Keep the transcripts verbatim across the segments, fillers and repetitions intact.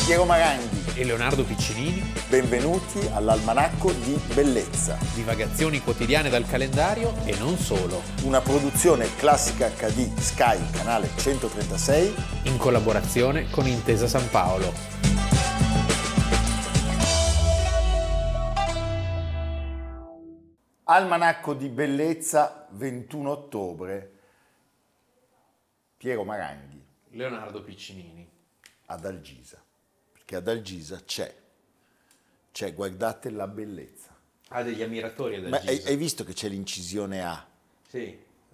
Piero Maranghi e Leonardo Piccinini. Benvenuti all'Almanacco di Bellezza. Divagazioni quotidiane dal calendario e non solo. Una produzione Classica acca di Sky, canale centotrentasei. In collaborazione con Intesa San Paolo. Almanacco di Bellezza, ventuno ottobre. Piero Maranghi. Leonardo Piccinini. Ad Algisa. Perché ad Algisa c'è. C'è, guardate la bellezza. Ha degli ammiratori ad Ma Algisa. hai, hai visto che c'è l'incisione A? Sì.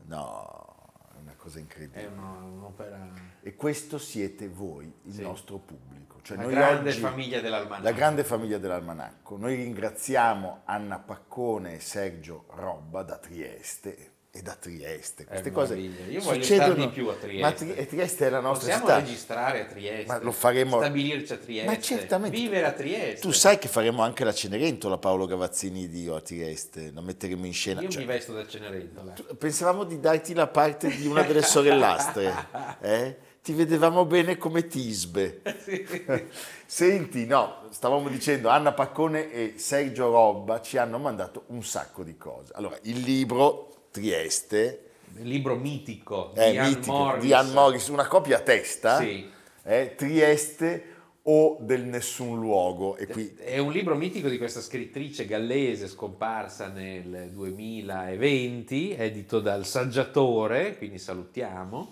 No, è una cosa incredibile. È uno, un'opera... E questo siete voi, il Sì. nostro pubblico. Cioè La noi grande oggi, famiglia dell'Almanacco. La grande famiglia dell'Almanacco. Noi ringraziamo Anna Paccone e Sergio Robba da Trieste. E da Trieste. Queste cose Io voglio succedono. stare di più a Trieste. Ma Tri- Trieste è la nostra Possiamo città. registrare a Trieste. Ma lo faremo. Stabilirci a Trieste. Ma certamente. Vivere a Trieste. Tu sai che faremo anche la Cenerentola, Paolo Gavazzini di Io a Trieste. La metteremo in scena. Io Cioè, mi vesto da Cenerentola. Pensavamo di darti la parte di una delle sorellastre. Eh? Ti vedevamo bene come Tisbe. Sì. Senti, no, stavamo dicendo, Anna Paccone e Sergio Robba ci hanno mandato un sacco di cose. Allora, il libro Trieste, Il libro mitico di è Ann mitico, Morris. di Ann Morris, una copia a testa, Sì. eh, Trieste o del nessun luogo. E qui È un libro mitico di questa scrittrice gallese scomparsa nel duemilaventi, edito dal Saggiatore, quindi salutiamo.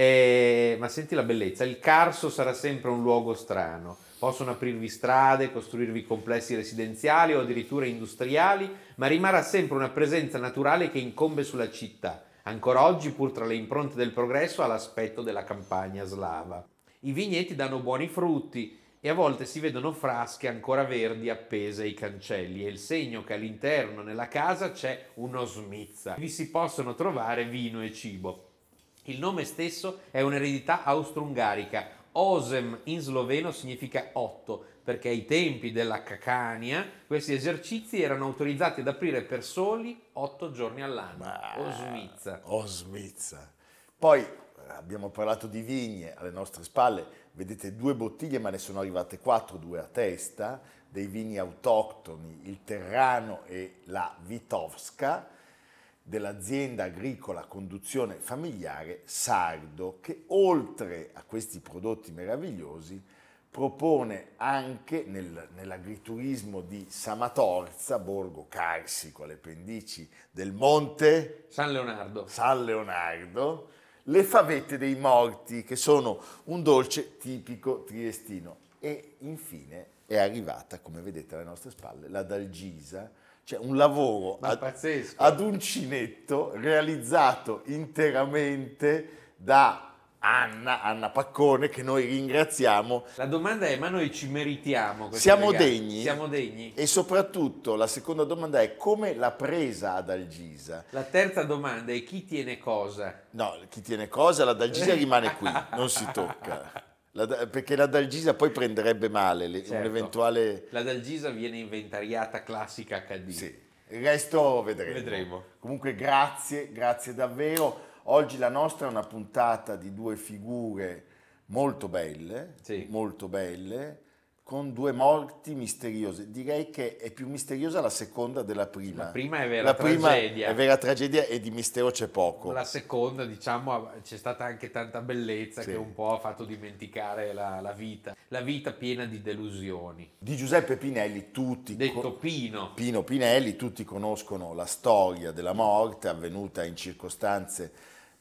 Eh, ma senti la bellezza, il Carso sarà sempre un luogo strano, possono aprirvi strade, costruirvi complessi residenziali o addirittura industriali, ma rimarrà sempre una presenza naturale che incombe sulla città, ancora oggi pur tra le impronte del progresso ha l'aspetto della campagna slava. I vigneti danno buoni frutti e a volte si vedono frasche ancora verdi appese ai cancelli e il segno che all'interno nella casa c'è uno smizza. Vi si possono trovare vino e cibo. Il nome stesso è un'eredità austro-ungarica. Osem in sloveno significa otto, perché ai tempi della Cacania questi esercizi erano autorizzati ad aprire per soli otto giorni all'anno. Ma- Osmizza. Osmizza. Poi eh, abbiamo parlato di vigne alle nostre spalle, vedete due bottiglie ma ne sono arrivate quattro, due a testa, dei vini autoctoni, il Terrano e la Vitovska, dell'azienda agricola Conduzione Familiare Sardo, che oltre a questi prodotti meravigliosi propone anche nel, nell'agriturismo di Samatorza, borgo carsico alle pendici del Monte San Leonardo. San Leonardo, le favette dei morti, che sono un dolce tipico triestino. E infine è arrivata, come vedete alle nostre spalle, la Dalgisa, cioè un lavoro Ma ad, pazzesco. ad uncinetto realizzato interamente da Anna, Anna Paccone, che noi ringraziamo. La domanda è, ma noi ci meritiamo questi Siamo regali? degni? Siamo degni? E soprattutto la seconda domanda è come l'ha presa ad Algisa? La terza domanda è chi tiene cosa? No, chi tiene cosa, la Dalgisa rimane qui, non si tocca. La, perché la Dalgisa poi prenderebbe male le, Certo. un eventuale... La Dalgisa viene inventariata classica acca di. Sì, il resto vedremo. Vedremo. Comunque grazie, grazie davvero. Oggi la nostra è una puntata di due figure molto belle, Sì. molto belle, con due morti misteriose. Direi che è più misteriosa la seconda della prima. La prima è vera La prima tragedia. è vera tragedia e di mistero c'è poco. La seconda, diciamo, c'è stata anche tanta bellezza Sì. che un po' ha fatto dimenticare la, la vita. La vita piena di delusioni. Di Giuseppe Pinelli tutti... Detto co- Pino. Pino Pinelli, tutti conoscono la storia della morte avvenuta in circostanze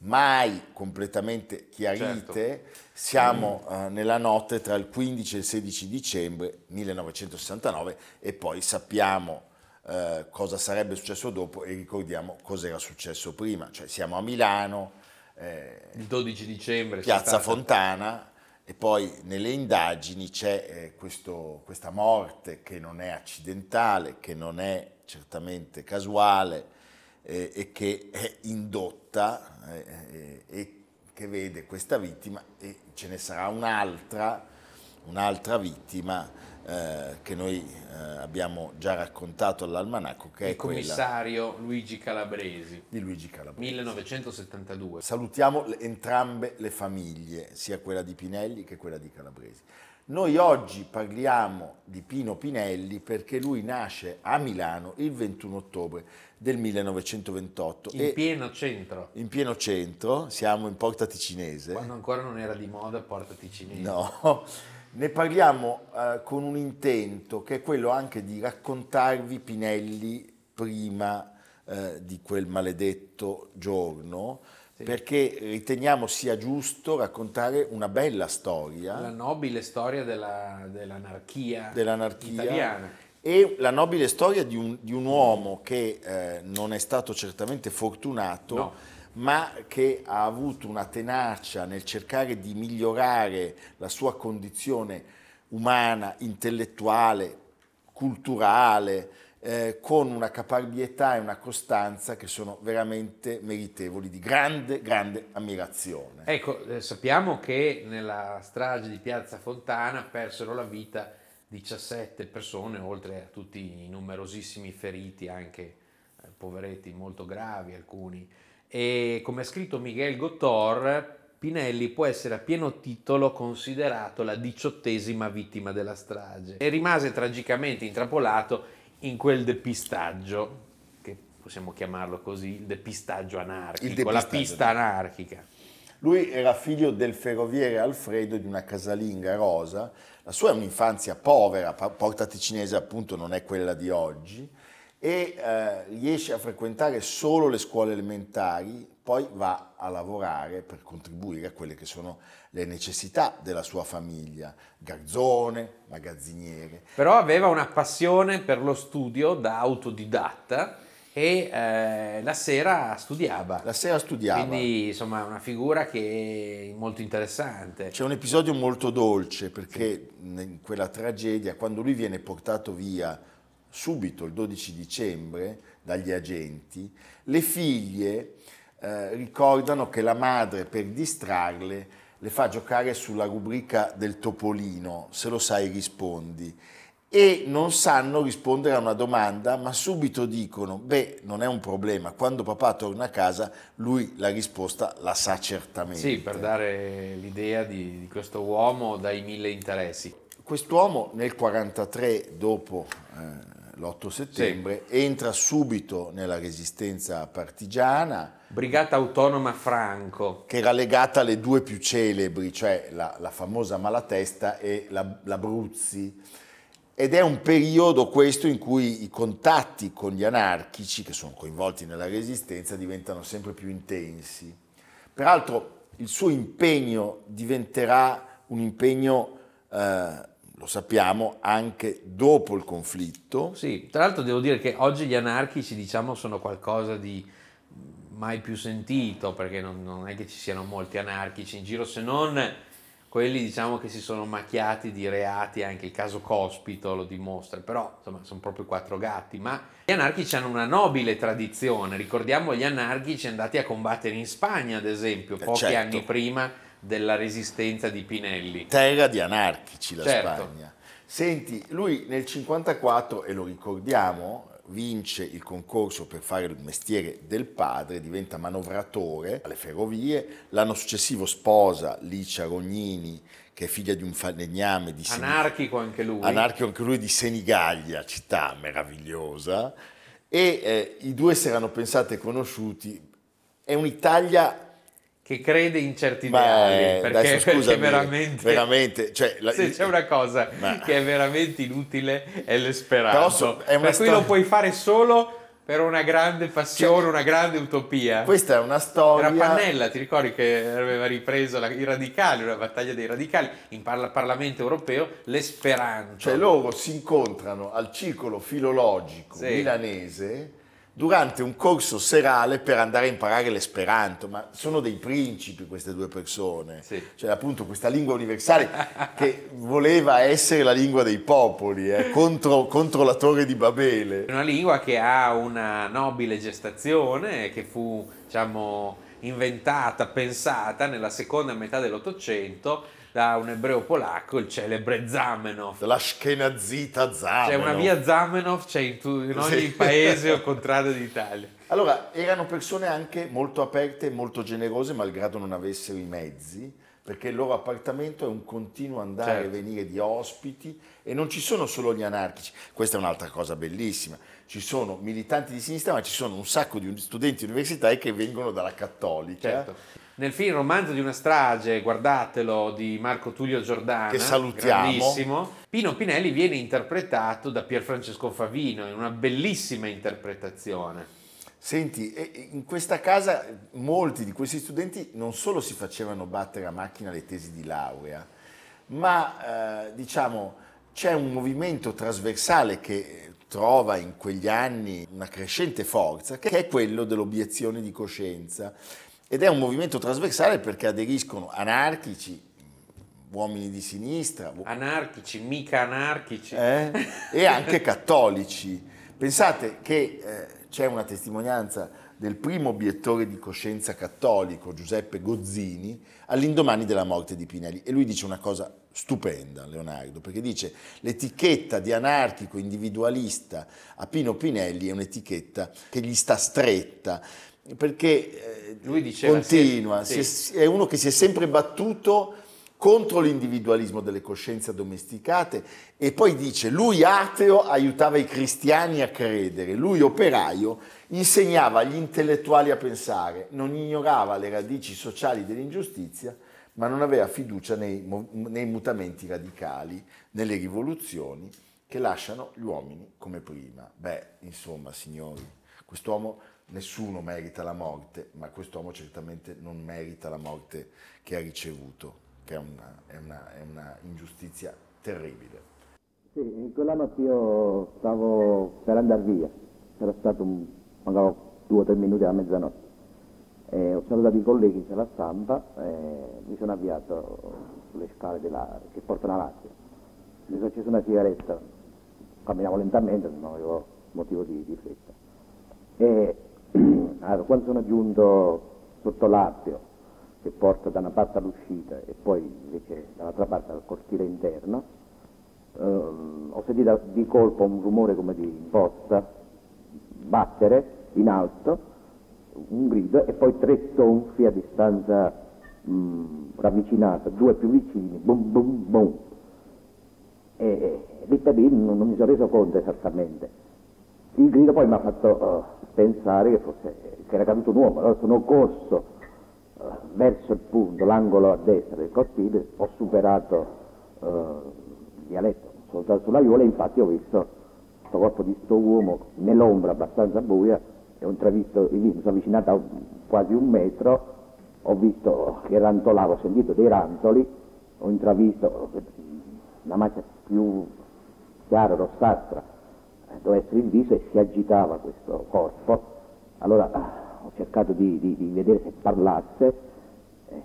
mai completamente chiarite. Certo. Siamo eh, nella notte tra il quindici e il sedici dicembre millenovecentosessantanove e poi sappiamo eh, cosa sarebbe successo dopo e ricordiamo cosa era successo prima. Cioè siamo a Milano, eh, Il dodici dicembre. c'è Piazza stata- Fontana, e poi nelle indagini c'è eh, questo- questa morte che non è accidentale, che non è certamente casuale eh, e che è indotta eh, eh, e che vede questa vittima, e ce ne sarà un'altra, un'altra vittima eh, che noi eh, abbiamo già raccontato all'almanacco, che Il è quella commissario Luigi Calabresi. di Luigi Calabresi. millenovecentosettantadue. Salutiamo le- entrambe le famiglie, sia quella di Pinelli che quella di Calabresi. Noi oggi parliamo di Pino Pinelli perché lui nasce a Milano il ventuno ottobre del millenovecentoventotto. In e pieno centro. In pieno centro, siamo in Porta Ticinese. Quando ancora non era di moda Porta Ticinese. No, ne parliamo eh, con un intento che è quello anche di raccontarvi Pinelli prima eh, di quel maledetto giorno, sì. Perché riteniamo sia giusto raccontare una bella storia. La nobile storia della, dell'anarchia, dell'anarchia italiana. E la nobile storia di un, di un uomo che eh, non è stato certamente fortunato, no. ma che ha avuto una tenacia nel cercare di migliorare la sua condizione umana, intellettuale, culturale, eh, con una caparbietà e una costanza che sono veramente meritevoli di grande, grande ammirazione. Ecco, eh, sappiamo che nella strage di Piazza Fontana persero la vita diciassette persone, oltre a tutti i numerosissimi feriti, anche eh, poveretti molto gravi alcuni. E come ha scritto Miguel Gotor, Pinelli può essere a pieno titolo considerato la diciottesima vittima della strage e rimase tragicamente intrappolato in quel depistaggio, che possiamo chiamarlo così, il depistaggio anarchico, il depistaggio, la pista anarchica. Lui era figlio del ferroviere Alfredo di una casalinga rosa. La sua è un'infanzia povera, Porta Ticinese appunto non è quella di oggi, e eh, riesce a frequentare solo le scuole elementari, poi va a lavorare per contribuire a quelle che sono le necessità della sua famiglia, garzone, magazziniere. Però aveva una passione per lo studio da autodidatta e eh, la sera studiava. La sera studiava. Quindi insomma una figura che è molto interessante. C'è un episodio molto dolce perché sì. In quella tragedia, quando lui viene portato via subito il dodici dicembre dagli agenti, le figlie eh, ricordano che la madre, per distrarle, le fa giocare sulla rubrica del Topolino, se lo sai rispondi, e non sanno rispondere a una domanda, ma subito dicono, beh, non è un problema, quando papà torna a casa lui la risposta la sa certamente. Sì, per dare l'idea di, di questo uomo dai mille interessi. Quest'uomo nel quarantatré, dopo eh, l'otto settembre, sì. Entra subito nella resistenza partigiana. Brigata Autonoma Franco. Che era legata alle due più celebri, cioè la, la famosa Malatesta e la, la Bruzzi. Ed è un periodo questo in cui i contatti con gli anarchici, che sono coinvolti nella resistenza, diventano sempre più intensi. Peraltro il suo impegno diventerà un impegno, eh, lo sappiamo, anche dopo il conflitto. Sì, tra l'altro devo dire che oggi gli anarchici, diciamo, sono qualcosa di mai più sentito, perché non, non è che ci siano molti anarchici in giro, se non quelli, diciamo, che si sono macchiati di reati, anche il caso Cospito lo dimostra, però insomma sono proprio quattro gatti. Ma gli anarchici hanno una nobile tradizione, ricordiamo gli anarchici andati a combattere in Spagna, ad esempio, pochi certo. anni prima della resistenza di Pinelli. Terra di anarchici la certo. Spagna. Senti, lui nel cinquantaquattro, e lo ricordiamo, vince il concorso per fare il mestiere del padre, diventa manovratore alle ferrovie, l'anno successivo sposa Licia Rognini, che è figlia di un falegname di anarchico anche lui, anarchico anche lui di Senigallia, città meravigliosa, e eh, i due si erano pensati e conosciuti. È un'Italia che crede in certi ideali, perché, adesso, scusami, perché veramente, veramente cioè, la, se c'è una cosa ma, che è veramente inutile è l'esperanto, so, è una per cui sto... lo puoi fare solo per una grande passione, cioè, una grande utopia. Questa è una storia... Era Pannella, ti ricordi che aveva ripreso la, i radicali, una battaglia dei radicali, in parla, Parlamento europeo, l'esperanto. Cioè loro si incontrano al circolo filologico sì. milanese durante un corso serale per andare a imparare l'esperanto, ma sono dei principi queste due persone, sì. Cioè appunto questa lingua universale che voleva essere la lingua dei popoli, eh, contro, contro la torre di Babele. Una lingua che ha una nobile gestazione, che fu, diciamo, inventata, pensata nella seconda metà dell'Ottocento da un ebreo polacco, il celebre Zamenhof. L'Ashkenazita Zamenhof. C'è una via Zamenhof, c'è in, tu, in ogni sì. paese o contrario d'Italia. Allora, erano persone anche molto aperte e molto generose, malgrado non avessero i mezzi, perché il loro appartamento è un continuo andare Certo. e venire di ospiti, e non ci sono solo gli anarchici, questa è un'altra cosa bellissima, ci sono militanti di sinistra, ma ci sono un sacco di studenti universitari che vengono dalla Cattolica. Certo. Nel film Romanzo di una strage, guardatelo, di Marco Tullio Giordana, Che salutiamo. grandissimo, Pino Pinelli viene interpretato da Pierfrancesco Favino in una bellissima interpretazione. Senti, in questa casa molti di questi studenti non solo si facevano battere a macchina le tesi di laurea, ma eh, diciamo c'è un movimento trasversale che trova in quegli anni una crescente forza, che è quello dell'obiezione di coscienza, ed è un movimento trasversale perché aderiscono anarchici, uomini di sinistra, Anarchici, mica anarchici. eh, e anche cattolici. Pensate che eh, c'è una testimonianza del primo obiettore di coscienza cattolico, Giuseppe Gozzini, all'indomani della morte di Pinelli, e lui dice una cosa stupenda, Leonardo, perché dice: l'etichetta di anarchico individualista a Pino Pinelli è un'etichetta che gli sta stretta, perché eh, Lui diceva, continua, sì, si è, è uno che si è sempre battuto contro l'individualismo delle coscienze addomesticate, e poi dice: lui ateo aiutava i cristiani a credere, lui operaio insegnava agli intellettuali a pensare, non ignorava le radici sociali dell'ingiustizia, ma non aveva fiducia nei, nei mutamenti radicali, nelle rivoluzioni che lasciano gli uomini come prima. Beh, insomma, signori, quest'uomo, nessuno merita la morte, ma quest'uomo certamente non merita la morte che ha ricevuto, che è una, è una, è una ingiustizia terribile. Sì, in quella notte io stavo per andare via, era stato un, magari due o tre minuti alla mezzanotte, e ho salutato i colleghi della stampa e mi sono avviato sulle scale della, che portano a Lazio. Mi sono acceso una sigaretta, camminavo lentamente, non avevo motivo di, di fretta. E allora, quando sono giunto sotto l'atrio, che porta da una parte all'uscita e poi invece dall'altra parte al cortile interno, ehm, ho sentito di colpo un rumore come di imposta, battere in alto, un grido e poi tre tonfi a distanza mh, ravvicinata, due più vicini, boom boom boom. E, e lì per lì non, non mi sono reso conto esattamente. Il grido poi mi ha fatto uh, pensare che fosse che era caduto un uomo, allora sono corso uh, verso il punto, l'angolo a destra del cortile, ho superato uh, il vialetto, sono stato sulla aiuola e infatti ho visto questo corpo di sto uomo nell'ombra abbastanza buia e ho intravisto, mi sono avvicinato a quasi un metro, ho visto che rantolava, ho sentito dei rantoli, ho intravisto una macchia più chiara, rossastra, doveva essere il viso e si agitava questo corpo. Allora ah, ho cercato di, di, di vedere se parlasse, eh,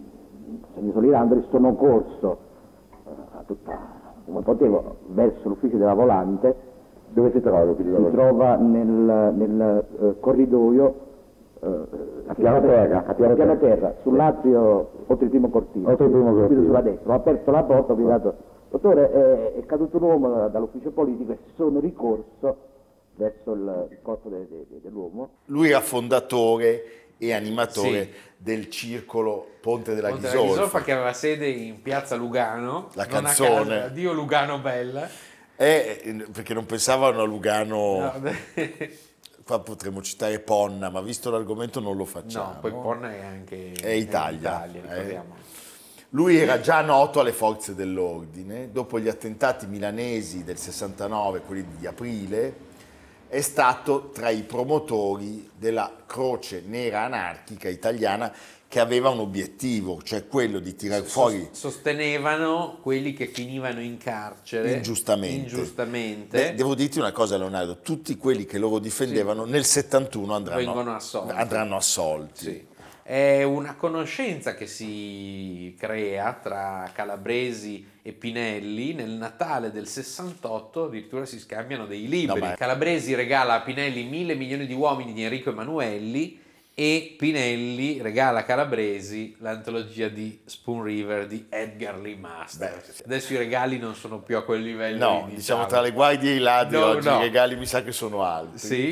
mi sono i rantoli, sono corso eh, a tutta, come potevo verso l'ufficio della volante. Dove si trova l'ufficio della Si volante? trova nel, nel uh, corridoio uh, a piano terra, a piano a piano terra. terra, sull'atrio oltre il primo cortile, Oltre il primo cortile. subito sulla destra. Ho aperto la porta, ho gridato: dottore, è, è caduto un uomo dall'ufficio politico, e sono ricorso verso il, il corpo de, de, de, dell'uomo. Lui era fondatore e animatore Sì. del circolo Ponte della Ponte della Ghisolfa. Ghisolfa, che aveva sede in piazza Lugano, La non a canzone. casa, addio Lugano bella. Eh, perché non pensavano a Lugano, No, qua potremmo citare Ponna, ma visto l'argomento non lo facciamo. no, poi Ponna è anche È Italia, è in Italia, eh. ricordiamo. Lui era già noto alle forze dell'ordine, dopo gli attentati milanesi del sessantanove, quelli di aprile, è stato tra i promotori della Croce Nera Anarchica italiana, che aveva un obiettivo, cioè quello di tirar fuori... Sostenevano quelli che finivano in carcere Ingiustamente. ingiustamente. Beh, devo dirti una cosa, Leonardo, tutti quelli che loro difendevano nel settantuno andranno, Vengono assolti. andranno assolti. Sì. È una conoscenza che si crea tra Calabresi e Pinelli. Nel Natale del sessantotto addirittura si scambiano dei libri. No, ma- Calabresi regala a Pinelli Mille milioni di uomini di Enrico Emanuelli e Pinelli regala a Calabresi l'antologia di Spoon River di Edgar Lee Masters. Beh, Adesso i regali non sono più a quel livello No, lì, diciamo tra le guardie e i ladri No, oggi no. i regali mi sa che sono alti. Sì,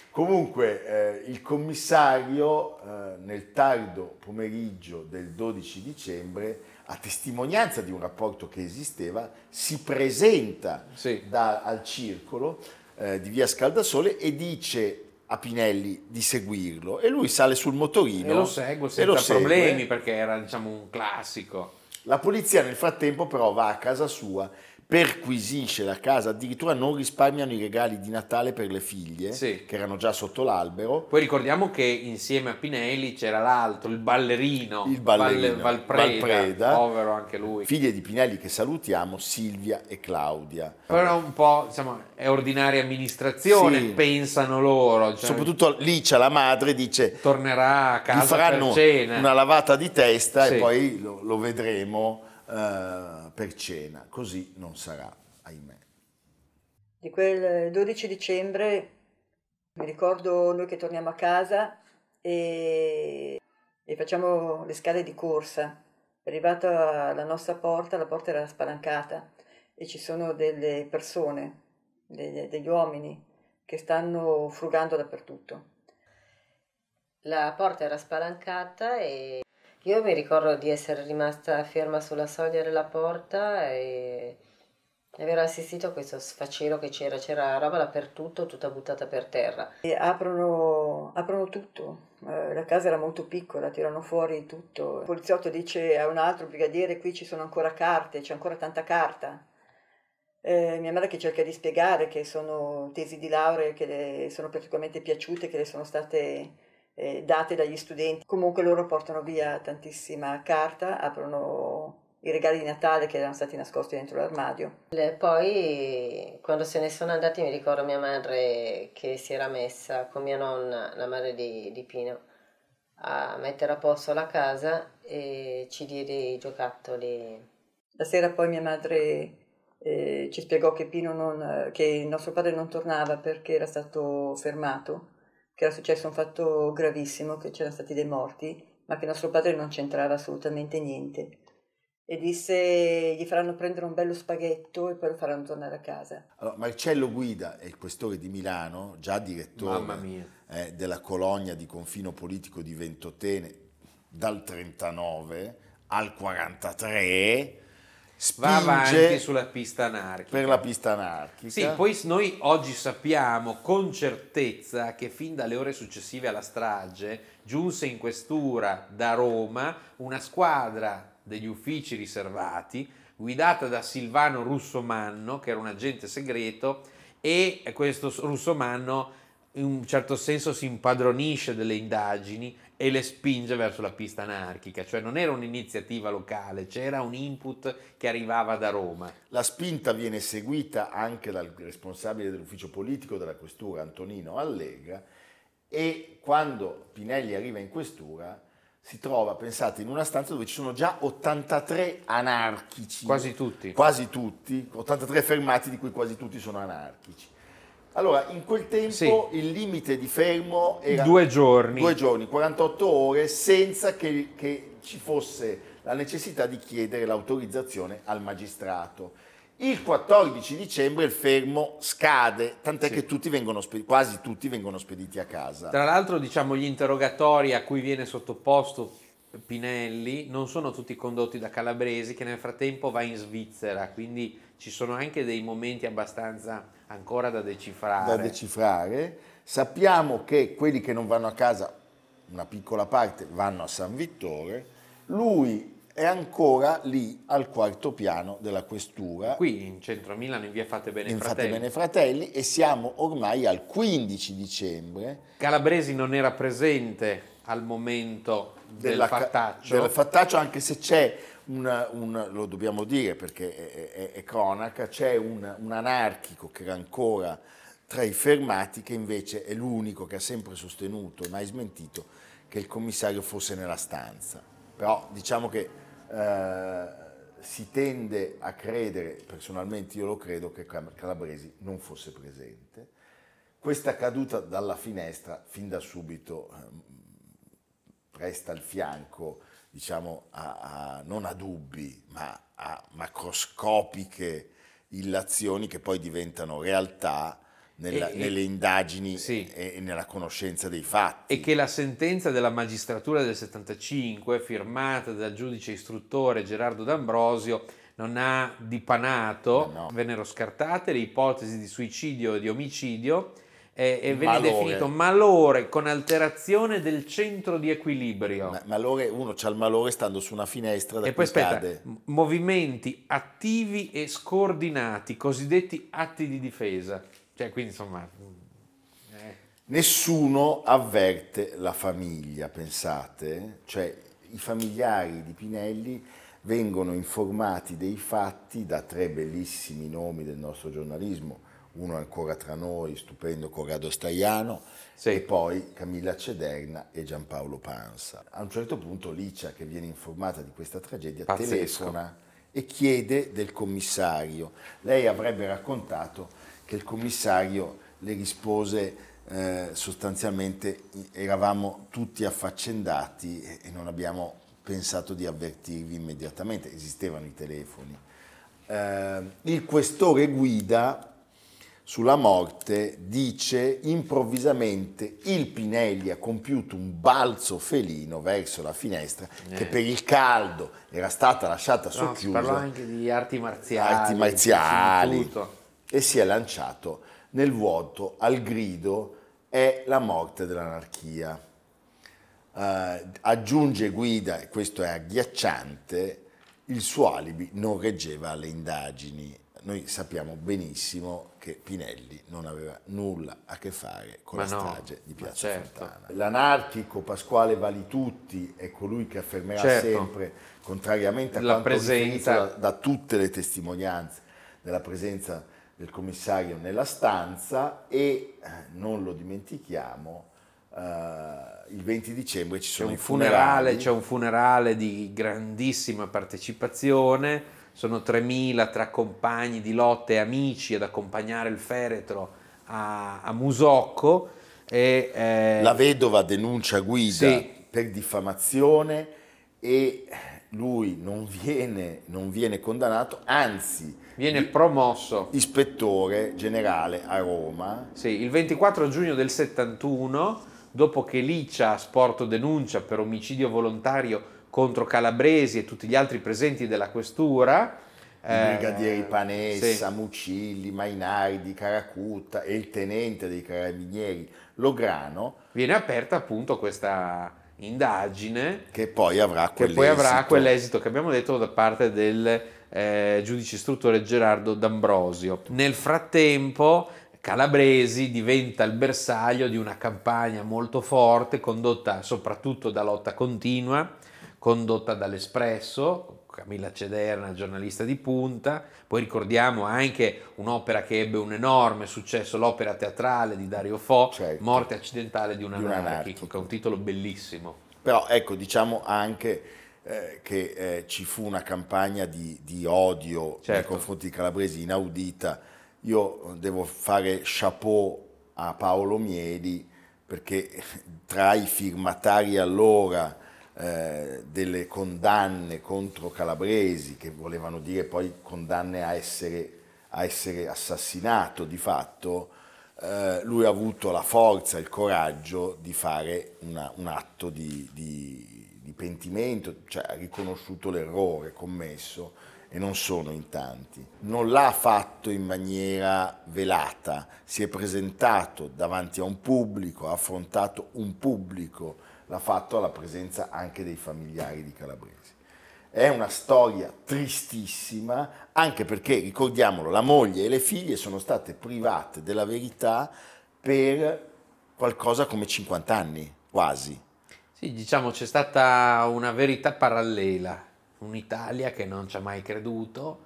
Comunque eh, il commissario eh, nel tardo pomeriggio del dodici dicembre, a testimonianza di un rapporto che esisteva, si presenta Sì. da- al circolo eh, di via Scaldasole e dice a Pinelli di seguirlo, e lui sale sul motorino E lo segue e lo senza segue. problemi perché era, diciamo, un classico. La polizia nel frattempo però va a casa sua, perquisisce la casa, addirittura non risparmiano i regali di Natale per le figlie, Sì. che erano già sotto l'albero. Poi ricordiamo che insieme a Pinelli c'era l'altro, il ballerino, Il ballerino, Val- Valpreda, Valpreda. povero anche lui. Figlie di Pinelli che salutiamo, Silvia e Claudia. Però un po', insomma, è ordinaria amministrazione, Sì. pensano loro. Cioè, Soprattutto lì c'è la madre, dice tornerà a gli casa faranno per cena. una lavata di testa Sì. e poi lo, lo vedremo eh, per cena. Così non sarà, ahimè. Di quel dodici dicembre mi ricordo noi che torniamo a casa e, e facciamo le scale di corsa. È arrivata alla nostra porta, la porta era spalancata e ci sono delle persone, degli, degli uomini che stanno frugando dappertutto. La porta era spalancata e io mi ricordo di essere rimasta ferma sulla soglia della porta e aver assistito a questo sfacelo che c'era, c'era roba dappertutto, tutta buttata per terra. E aprono, aprono tutto, eh, la casa era molto piccola, tirano fuori tutto. Il poliziotto dice a un altro brigadiere: qui ci sono ancora carte, c'è ancora tanta carta. Eh, mia madre che cerca di spiegare che sono tesi di laurea che le sono particolarmente piaciute, che le sono state eh, date dagli studenti. Comunque loro portano via tantissima carta, aprono i regali di Natale che erano stati nascosti dentro l'armadio. Le- Poi quando se ne sono andati mi ricordo mia madre che si era messa con mia nonna, la madre di, di Pino, a mettere a posto la casa e ci diede i giocattoli. La sera poi mia madre eh, ci spiegò che, Pino non, che il nostro padre non tornava perché era stato fermato, che era successo un fatto gravissimo, che c'erano stati dei morti, ma che nostro padre non c'entrava assolutamente niente. E disse: gli faranno prendere un bello spaghetto e poi lo faranno tornare a casa. Allora, Marcello Guida è il questore di Milano, già direttore Mamma mia. eh, della colonia di confino politico di Ventotene dal trentanove al quarantatré, Va avanti spinge sulla pista anarchica. per la pista anarchica. Sì, poi noi oggi sappiamo con certezza che fin dalle ore successive alla strage giunse in questura da Roma una squadra degli uffici riservati guidata da Silvano Russomanno, che era un agente segreto, e questo Russomanno in un certo senso si impadronisce delle indagini e le spinge verso la pista anarchica, cioè non era un'iniziativa locale, c'era un input che arrivava da Roma. La spinta viene seguita anche dal responsabile dell'ufficio politico della questura, Antonino Allegra, e quando Pinelli arriva in questura si trova, pensate, in una stanza dove ci sono già ottantatré anarchici. Quasi tutti. Quasi tutti, ottantatré fermati, di cui quasi tutti sono anarchici. Allora, in quel tempo Sì. il limite di fermo era Due giorni. due giorni, quarantotto ore, senza che, che ci fosse la necessità di chiedere l'autorizzazione al magistrato. Il quattordici dicembre il fermo scade, tant'è Sì. che tutti vengono spediti, quasi tutti vengono spediti a casa. Tra l'altro, diciamo, gli interrogatori a cui viene sottoposto Pinelli non sono tutti condotti da Calabresi, che nel frattempo va in Svizzera, quindi ci sono anche dei momenti abbastanza ancora da decifrare. da decifrare. Sappiamo che quelli che non vanno a casa, una piccola parte, vanno a San Vittore. Lui è ancora lì al quarto piano della questura, Qui in centro a Milano, in via Fate Bene in Fate Fratelli. Bene Fratelli, e siamo ormai al quindici dicembre Calabresi non era presente al momento del della ca- fattaccio. del fattaccio, anche se c'è un, un- lo dobbiamo dire perché è, è- è cronaca, c'è un, un anarchico che era ancora tra i fermati, che invece è l'unico che ha sempre sostenuto e mai smentito che il commissario fosse nella stanza. Però diciamo che eh, si tende a credere, personalmente io lo credo, che Calabresi non fosse presente. Questa caduta dalla finestra fin da subito eh, presta il fianco, diciamo, a, a- non a dubbi, ma a macroscopiche illazioni che poi diventano realtà nella, e, nelle indagini sì. e, e nella conoscenza dei fatti. E che la sentenza della magistratura del settantacinque, firmata dal giudice istruttore Gerardo D'Ambrosio, non ha dipanato, no. Vennero scartate le ipotesi di suicidio e di omicidio e, e venne Malore. definito malore con alterazione del centro di equilibrio. Ma, malore, uno c'ha il malore stando su una finestra da E poi cui aspetta, cade. movimenti attivi e scordinati, cosiddetti atti di difesa. Cioè, quindi insomma... Eh. Nessuno avverte la famiglia, pensate? Cioè, i familiari di Pinelli vengono informati dei fatti da tre bellissimi nomi del nostro giornalismo, uno ancora tra noi, stupendo, Corrado Staiano, sì. e poi Camilla Cederna e Giampaolo Pansa. A un certo punto Licia, che viene informata di questa tragedia, Pazzesco. telefona e chiede del commissario. Lei avrebbe raccontato che il commissario le rispose eh, sostanzialmente eravamo tutti affaccendati e, e non abbiamo pensato di avvertirvi immediatamente, esistevano i telefoni. Eh, il questore Guida sulla morte dice improvvisamente il Pinelli ha compiuto un balzo felino verso la finestra eh. che per il caldo era stata lasciata no, socchiusa. Si parla anche di arti marziali, arti marziali e si è lanciato nel vuoto al grido è la morte dell'anarchia. Uh, aggiunge Guida, e questo è agghiacciante, il suo alibi non reggeva alle indagini. Noi sappiamo benissimo che Pinelli non aveva nulla a che fare con ma la no, strage di Piazza certo. Fontana. L'anarchico Pasquale Valitutti è colui che affermerà certo. sempre, contrariamente a la quanto presenza da, da tutte le testimonianze, della presenza del commissario nella stanza e, non lo dimentichiamo, uh, il venti dicembre ci sono c'è un i funerale, funerali. C'è un funerale di grandissima partecipazione, sono tremila tra compagni di lotta e amici ad accompagnare il feretro a, a Musocco. E, eh, la vedova denuncia Guida sì. per diffamazione e lui non viene, non viene condannato, anzi viene promosso ispettore generale a Roma. Sì, il ventiquattro giugno del settantuno, dopo che Licia ha sporto denuncia per omicidio volontario contro Calabresi e tutti gli altri presenti della questura, i brigadieri Panessa, sì. Mucilli, Mainardi, Caracutta e il tenente dei carabinieri Lograno, viene aperta appunto questa indagine che poi avrà che quell'esito. poi avrà quell'esito che abbiamo detto da parte del eh, giudice istruttore Gerardo D'Ambrosio. Nel frattempo Calabresi diventa il bersaglio di una campagna molto forte condotta soprattutto da Lotta Continua, condotta dall'Espresso, Camilla Cederna, giornalista di punta. Poi ricordiamo anche un'opera che ebbe un enorme successo, l'opera teatrale di Dario Fo, certo. Morte accidentale di un di un anarchico, anarchico, che è un titolo bellissimo. Però ecco, diciamo anche eh, che eh, ci fu una campagna di, di odio certo. nei confronti di Calabresi inaudita. Io devo fare chapeau a Paolo Mieli, perché tra i firmatari allora eh, delle condanne contro Calabresi, che volevano dire poi condanne a essere, a essere assassinato di fatto, eh, lui ha avuto la forza, il coraggio di fare una, un atto di, di, di pentimento, cioè ha riconosciuto l'errore commesso, e non sono in tanti. Non l'ha fatto in maniera velata, si è presentato davanti a un pubblico, ha affrontato un pubblico, l'ha fatto alla presenza anche dei familiari di Calabresi. È una storia tristissima, anche perché, ricordiamolo, la moglie e le figlie sono state private della verità per qualcosa come cinquanta anni, quasi. Sì, diciamo c'è stata una verità parallela. Un'Italia che non ci ha mai creduto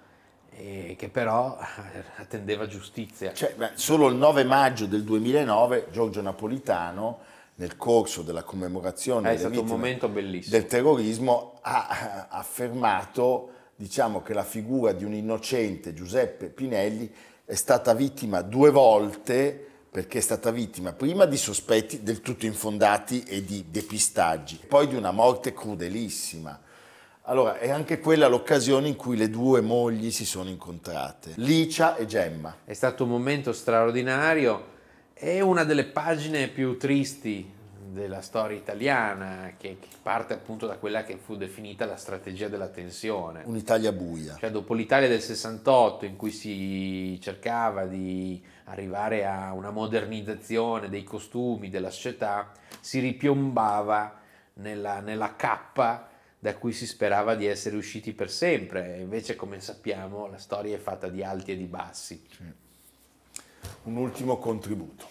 e che però attendeva giustizia. Cioè, beh, solo il nove maggio del duemilanove Giorgio Napolitano, nel corso della commemorazione è delle stato un momento bellissimo del terrorismo, ha affermato, diciamo, che la figura di un innocente, Giuseppe Pinelli, è stata vittima due volte, perché è stata vittima prima di sospetti del tutto infondati e di depistaggi, poi di una morte crudelissima. Allora, è anche quella l'occasione in cui le due mogli si sono incontrate, Licia e Gemma. È stato un momento straordinario, è una delle pagine più tristi della storia italiana, che, che parte appunto da quella che fu definita la strategia della tensione. Un'Italia buia. Cioè, dopo l'Italia del sessantotto, in cui si cercava di arrivare a una modernizzazione dei costumi, della società, si ripiombava nella, nella cappa da cui si sperava di essere usciti per sempre. Invece, come sappiamo, la storia è fatta di alti e di bassi. Sì. Un ultimo contributo.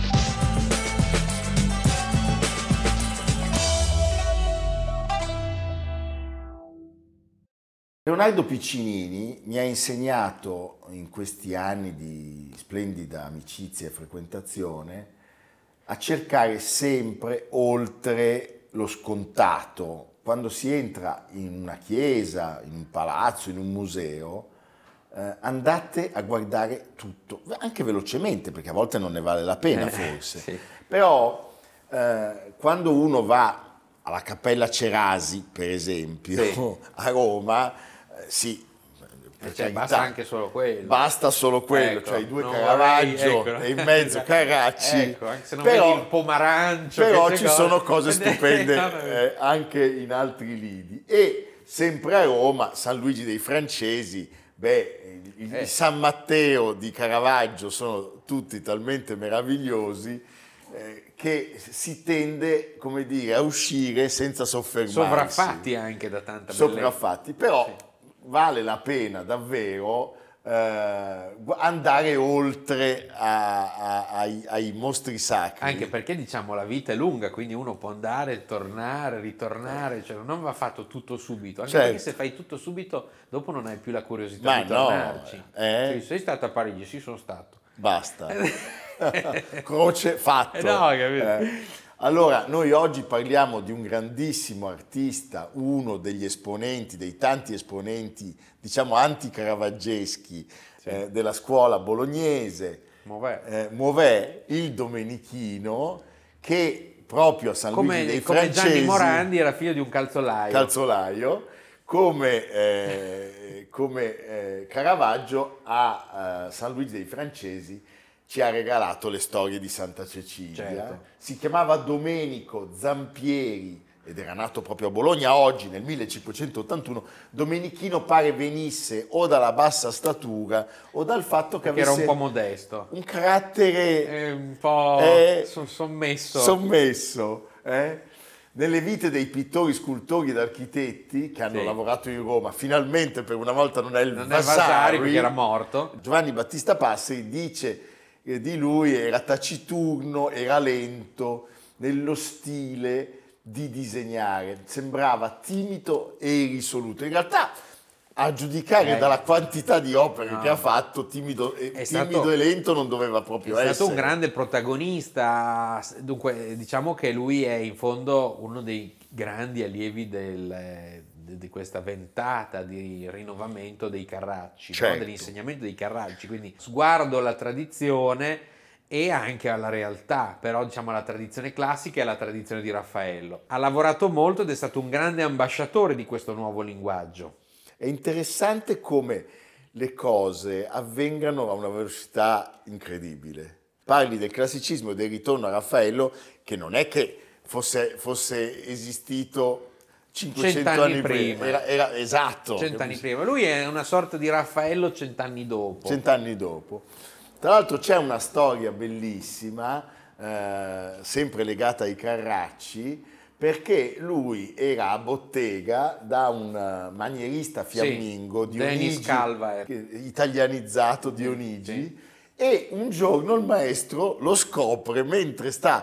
Leonardo Piccinini mi ha insegnato in questi anni di splendida amicizia e frequentazione a cercare sempre oltre lo scontato. Quando si entra in una chiesa, in un palazzo, in un museo, eh, andate a guardare tutto, anche velocemente, perché a volte non ne vale la pena forse. Sì. Però eh, quando uno va alla Cappella Cerasi, per esempio, Sì. a Roma, eh, sì, per Cioè, carità, basta anche solo quello. Basta solo quello, Ecco, cioè i due non Caravaggio vorrei- ecco. e in mezzo Carracci. Ecco, anche se non però, vedi il pomarancio. però queste ci sono cose stupende No, no. eh, anche in altri lidi. E sempre a Roma, San Luigi dei Francesi, beh, i, i Eh. San Matteo di Caravaggio sono tutti talmente meravigliosi eh, che si tende, come dire, a uscire senza soffermarsi. Sovraffatti anche da tanta bellezza. Sopraffatti, però Sì. vale la pena davvero eh, gu- andare oltre a- a- ai, ai mostri sacri. Anche perché, diciamo, la vita è lunga, quindi uno può andare, tornare, ritornare, cioè non va fatto tutto subito, anche Certo. perché se fai tutto subito dopo non hai più la curiosità Ma di no, tornarci. eh? Sì, sei stato a Parigi? Sì, sono stato. Basta. Croce fatto. Eh no, capito. Eh. Allora, noi oggi parliamo di un grandissimo artista, uno degli esponenti, dei tanti esponenti, diciamo, anticaravaggeschi eh, della scuola bolognese, Mauvé. eh, Mauvé, il Domenichino, che proprio a San Luigi Come, dei come Francesi, Gianni Morandi era figlio di un calzolaio. calzolaio, come, eh, come eh, Caravaggio a eh, San Luigi dei Francesi ci ha regalato le storie di Santa Cecilia. Certo. Si chiamava Domenico Zampieri ed era nato proprio a Bologna. Oggi, nel millecinquecentottantuno, Domenichino pare venisse o dalla bassa statura o dal fatto che Perché era avesse un po' modesto. un carattere È un po' eh, son- sommesso. sommesso, eh? Nelle vite dei pittori, scultori ed architetti che hanno Sì. lavorato in Roma, finalmente per una volta non è il Non è Vasari Vasari, perché era morto. Giovanni Battista Passeri dice che di lui era taciturno, era lento nello stile di disegnare, sembrava timido e irrisoluto. In realtà, a giudicare Eh. dalla quantità di opere No. che ha fatto, timido, e, È timido stato- e lento non doveva proprio È essere. stato un grande protagonista, dunque diciamo che lui è in fondo uno dei grandi allievi del- di questa ventata di rinnovamento dei Carracci, no? Certo. Dell'insegnamento dei Carracci, quindi sguardo alla tradizione e anche alla realtà, però diciamo alla tradizione classica e alla tradizione di Raffaello. Ha lavorato molto ed è stato un grande ambasciatore di questo nuovo linguaggio. È interessante come le cose avvengano a una velocità incredibile. Parli del classicismo e del ritorno a Raffaello, che non è che fosse, fosse esistito cinquecento Cent'anni anni prima. Era, era esatto. Cent'anni capisci? prima. Lui è una sorta di Raffaello cent'anni dopo. Cent'anni dopo. Tra l'altro c'è una storia bellissima, eh, sempre legata ai Carracci, perché lui era a bottega da un manierista fiammingo, Sì, Denis Dionigi, Calva, eh. che- italianizzato Dionigi, Sì. e un giorno il maestro lo scopre mentre sta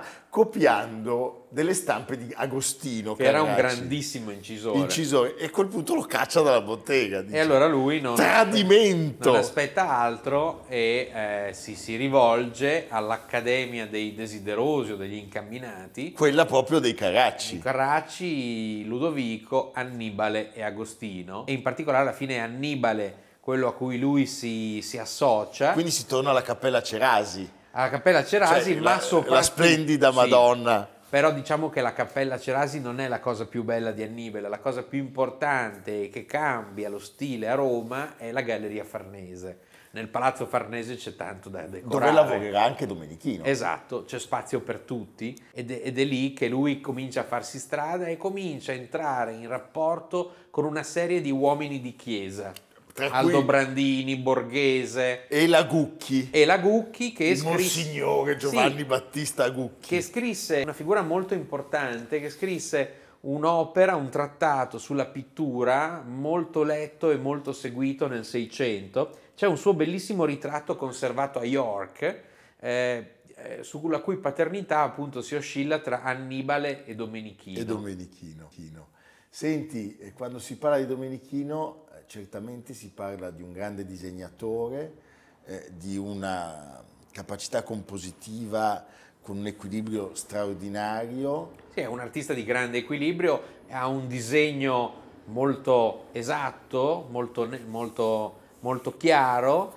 copiando delle stampe di Agostino Che era un Carracci, grandissimo incisore. incisore, e a quel punto lo caccia dalla bottega. E dice. allora lui non, Tradimento! non aspetta altro e eh, si, si rivolge all'Accademia dei Desiderosi o degli Incamminati, Quella proprio dei Carracci. Carracci, Ludovico, Annibale e Agostino, e in particolare alla fine è Annibale quello a cui lui si, si associa, Quindi si torna alla Cappella Cerasi, alla Cappella Cerasi, cioè ma la, soprattutto la splendida sì, Madonna. però diciamo che la Cappella Cerasi non è la cosa più bella di Annibale, la cosa più importante che cambia lo stile a Roma è la Galleria Farnese. Nel Palazzo Farnese c'è tanto da decorare. Dove lavorerà anche Domenichino. Esatto, c'è spazio per tutti ed è, ed è lì che lui comincia a farsi strada e comincia a entrare in rapporto con una serie di uomini di chiesa. Tra Aldo cui Brandini, Borghese e la Gucchi, e la Gucchi che il scrisse, Monsignore Giovanni sì, Battista Gucchi, che scrisse una figura molto importante, che scrisse un'opera, un trattato sulla pittura molto letto e molto seguito nel Seicento. C'è un suo bellissimo ritratto conservato a York, eh, eh, sulla cui paternità appunto si oscilla tra Annibale e Domenichino. E Domenichino. Senti, quando si parla di Domenichino, eh, certamente si parla di un grande disegnatore, eh, di una capacità compositiva con un equilibrio straordinario. Sì, è un artista di grande equilibrio, ha un disegno molto esatto, molto, molto, molto chiaro.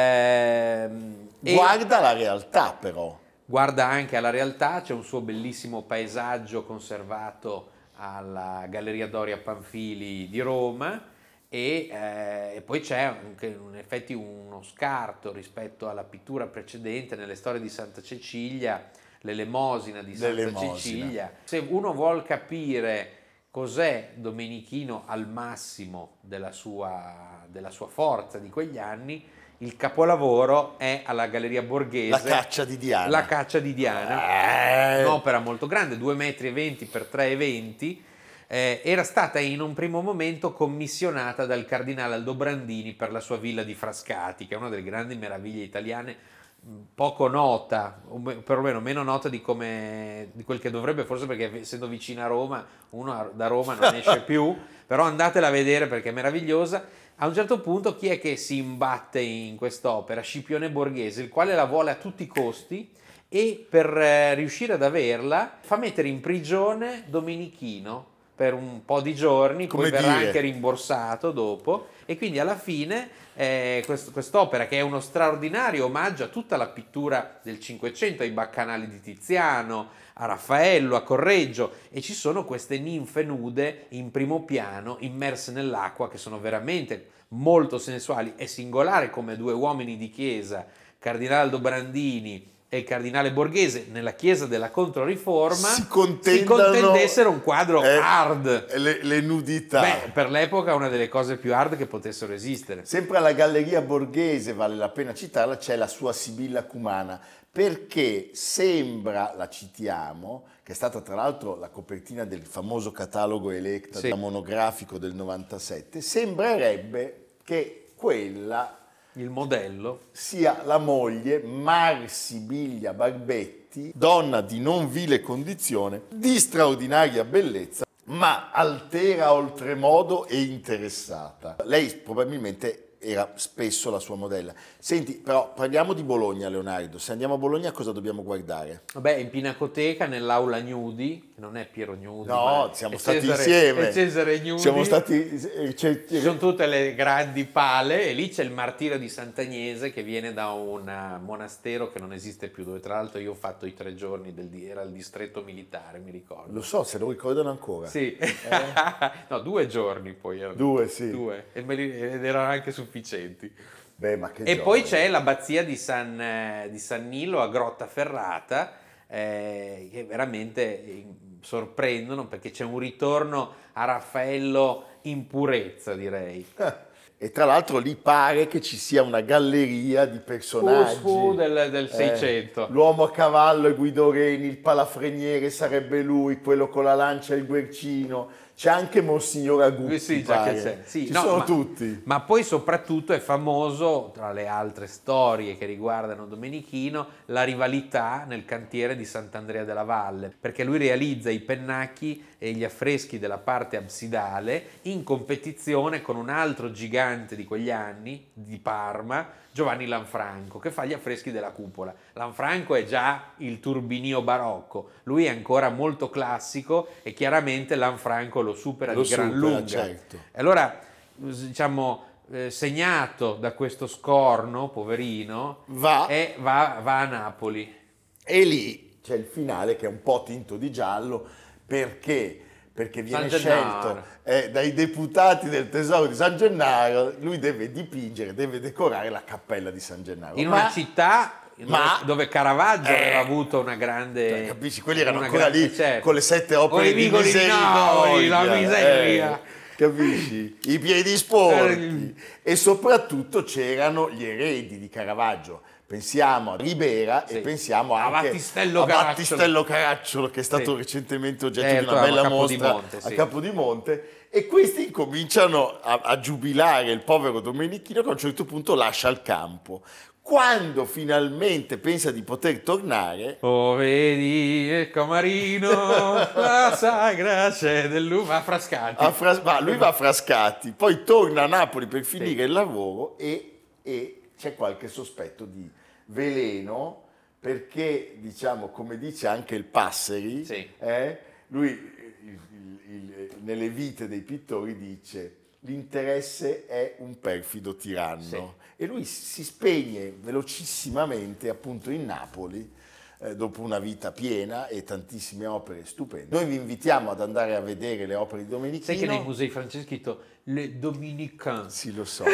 Ehm, Guarda la realtà però. Guarda anche alla realtà, c'è un suo bellissimo paesaggio conservato alla Galleria Doria Pamphili di Roma e, eh, e poi c'è anche in effetti uno scarto rispetto alla pittura precedente nelle storie di Santa Cecilia, l'elemosina di Santa L'elemosina. Cecilia. Se uno vuol capire cos'è Domenichino al massimo della sua, della sua forza di quegli anni, il capolavoro è alla Galleria Borghese. La caccia di Diana. La caccia di Diana, Eh. un'opera molto grande, due metri e venti per tre e venti, eh, era stata in un primo momento commissionata dal cardinale Aldo Brandini per la sua villa di Frascati, che è una delle grandi meraviglie italiane, poco nota, o perlomeno meno nota di, come, di quel che dovrebbe, forse perché essendo vicina a Roma, uno da Roma non esce più, però andatela a vedere perché è meravigliosa. A un certo punto chi è che si imbatte in quest'opera? Scipione Borghese, il quale la vuole a tutti i costi e per eh, riuscire ad averla fa mettere in prigione Domenichino per un po' di giorni, Come poi verrà dire? anche rimborsato dopo e quindi alla fine eh, quest- quest'opera, che è uno straordinario omaggio a tutta la pittura del Cinquecento, ai baccanali di Tiziano, a Raffaello, a Correggio, e ci sono queste ninfe nude in primo piano immerse nell'acqua che sono veramente molto sensuali. È singolare come due uomini di chiesa, Cardinale Aldo Brandini e il Cardinale Borghese, nella chiesa della Controriforma Si si contendano, contendessero un quadro eh, hard. Le, le nudità. Beh, per l'epoca è una delle cose più hard che potessero esistere. Sempre alla Galleria Borghese, vale la pena citarla, c'è la sua Sibilla Cumana, perché sembra, la citiamo, che è stata tra l'altro la copertina del famoso catalogo Electa, Sì. monografico del novantasette, sembrerebbe che quella Il modello. sia la moglie Marsibiglia Barbetti, donna di non vile condizione, di straordinaria bellezza, ma altera oltremodo e interessata. Lei probabilmente era spesso la sua modella. Senti, però parliamo di Bologna, Leonardo. Se andiamo a Bologna cosa dobbiamo guardare? Vabbè, in Pinacoteca, nell'aula Gnudi, che non è Piero Gnudi, No, ma siamo è stati Cesare, insieme. è Cesare Gnudi. Siamo stati... eh, c'è- Ci sono tutte le grandi pale e lì c'è il martirio di Sant'Agnese che viene da un eh, monastero che non esiste più, dove tra l'altro io ho fatto i tre giorni, del, di- era il distretto militare, mi ricordo. Lo so, se lo ricordano ancora. Sì, no, due giorni poi erano. Due, sì. Due, e me li- ed erano anche sufficienti. Beh, ma che E gioia. poi c'è l'abbazia di San, eh, di San Nilo a Grottaferrata, eh, che veramente eh, sorprendono perché c'è un ritorno a Raffaello in purezza, direi. E tra l'altro lì pare che ci sia una galleria di personaggi. Fu del, del Eh, Seicento. l'uomo a cavallo è Guido Reni, il palafreniere sarebbe lui, quello con la lancia e il guercino. C'è anche Monsignor Aguzzi, Sì, già pare. che c'è. Sì, Ci no, sono ma- tutti. Ma poi soprattutto è famoso, tra le altre storie che riguardano Domenichino, la rivalità nel cantiere di Sant'Andrea della Valle, perché lui realizza i pennacchi e gli affreschi della parte absidale in competizione con un altro gigante di quegli anni, di Parma, Giovanni Lanfranco, che fa gli affreschi della cupola. Lanfranco è già il turbinio barocco, lui è ancora molto classico e chiaramente Lanfranco lo supera Lo di gran supera, lunga. certo. E allora, diciamo, eh, segnato da questo scorno, poverino, Va. e va, va a Napoli. E lì c'è il finale che è un po' tinto di giallo, perché? Perché viene San Gennaro. scelto eh, dai deputati del tesoro di San Gennaro, lui deve dipingere, deve decorare la cappella di San Gennaro. In Ma- una città ma- dove, dove Caravaggio Eh, aveva avuto una grande... Capisci? Quelli erano una ancora grande- lì certo. con le sette Con opere i di vigoli di Napoli, misericordia. la miseria. eh, capisci? I piedi sporchi. E soprattutto c'erano gli eredi di Caravaggio. Pensiamo a Ribera Sì. e pensiamo A anche Battistello a Caracciolo. Battistello Caracciolo, che è stato Sì. recentemente oggetto Certo, di una bella a mostra Capodimonte, sì. a Capodimonte. E questi incominciano a, a giubilare il povero Domenichino, che a un certo punto lascia il campo. Quando finalmente pensa di poter tornare, Oh, vedi il camarino, la sagra c'è dell'uva a Frascati. a Fras- va- lui va a Frascati, poi torna a Napoli per finire il lavoro e, e c'è qualche sospetto di veleno, perché, diciamo, come dice anche il Passeri, Sì. eh, lui il- il- il- nelle vite dei pittori dice: l'interesse è un perfido tiranno. Sì. E lui si spegne velocissimamente appunto in Napoli, eh, dopo una vita piena e tantissime opere stupende. Noi vi invitiamo ad andare a vedere le opere di Domenichino. Sai che nei musei francesi è scritto Le Dominicains. Sì, lo so,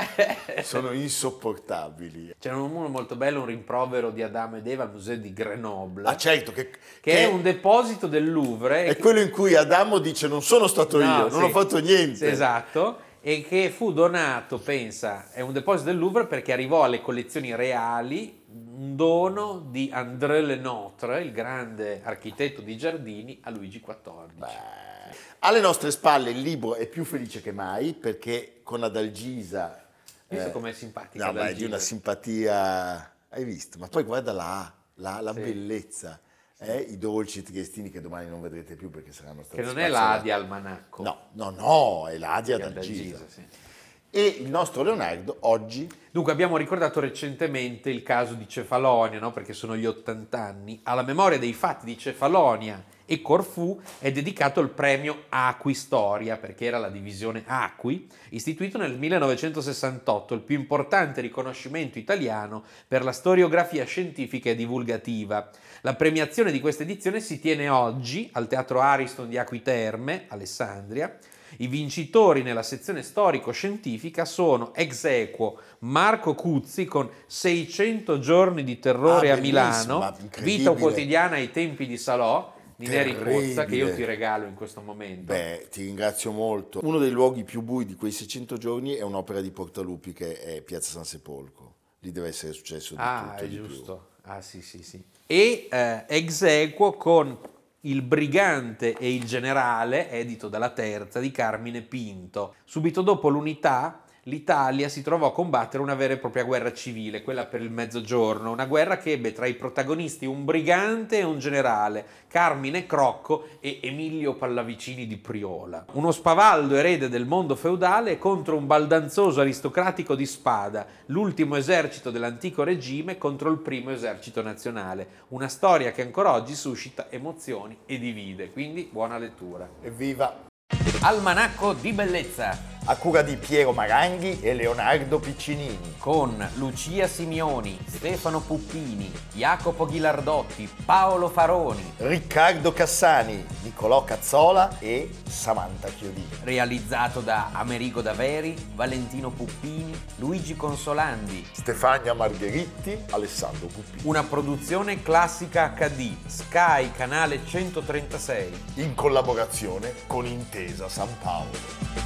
sono insopportabili. C'era uno molto bello, un rimprovero di Adamo ed Eva al museo di Grenoble, Ah, certo, che, che è un deposito del Louvre. è quello in cui Adamo dice: non sono stato No, io, non sì. ho fatto niente. Sì, esatto, e che fu donato, pensa, è un deposito del Louvre perché arrivò alle collezioni reali un dono di André Lenotre, il grande architetto di giardini, a Luigi quattordici. Beh, alle nostre spalle il libro è più felice che mai, perché con Adalgisa... Visto eh, com'è simpatica No, ma è di Adalgisa. una simpatia... Hai visto? Ma poi guarda la, la, la Sì. bellezza. eh, I dolci triestini che domani non vedrete più perché saranno stati Che non è spazzolati. l'Adi Almanacco. No, no, no, è l'Adi Di Adalgisa. Adalgisa, sì. E il nostro Leonardo oggi... Dunque abbiamo ricordato recentemente il caso di Cefalonia, no? Perché sono gli ottanta anni. Alla memoria dei fatti di Cefalonia e Corfù è dedicato il premio Acqui Storia, perché era la divisione Acqui, istituito nel millenovecentosessantotto, il più importante riconoscimento italiano per la storiografia scientifica e divulgativa. La premiazione di questa edizione si tiene oggi al Teatro Ariston di Acqui Terme, Alessandria. I vincitori nella sezione storico-scientifica sono ex equo Marco Cuzzi con seicento giorni di terrore Ah, a Milano, bellissima, incredibile. vita quotidiana ai tempi di Salò, di Neri Terribile. Pozza, che io ti regalo in questo momento. Beh, ti ringrazio molto. Uno dei luoghi più bui di quei seicento giorni è un'opera di Portaluppi, che è Piazza San Sepolcro. Lì deve essere successo di ah, tutto è e di più. giusto. Ah, sì, sì, sì. E eh, ex equo con Il brigante e il generale, edito dalla Terza, di Carmine Pinto. Subito dopo l'unità, l'Italia si trovò a combattere una vera e propria guerra civile, quella per il Mezzogiorno, una guerra che ebbe tra i protagonisti un brigante e un generale, Carmine Crocco e Emilio Pallavicini di Priola. Uno spavaldo erede del mondo feudale contro un baldanzoso aristocratico di Spada, l'ultimo esercito dell'antico regime contro il primo esercito nazionale. Una storia che ancora oggi suscita emozioni e divide, quindi buona lettura. Evviva! Almanacco di bellezza A cura di Piero Maranghi e Leonardo Piccinini. con Lucia Simioni, Stefano Puppini, Jacopo Ghilardotti, Paolo Faroni, Riccardo Cassani, Nicolò Cazzola e Samantha Chiodini. realizzato da Amerigo Daveri, Valentino Puppini, Luigi Consolandi. Stefania Margheritti, Alessandro Puppini. Una produzione Classica acca di, Sky canale centotrentasei. In collaborazione con Intesa San Paolo.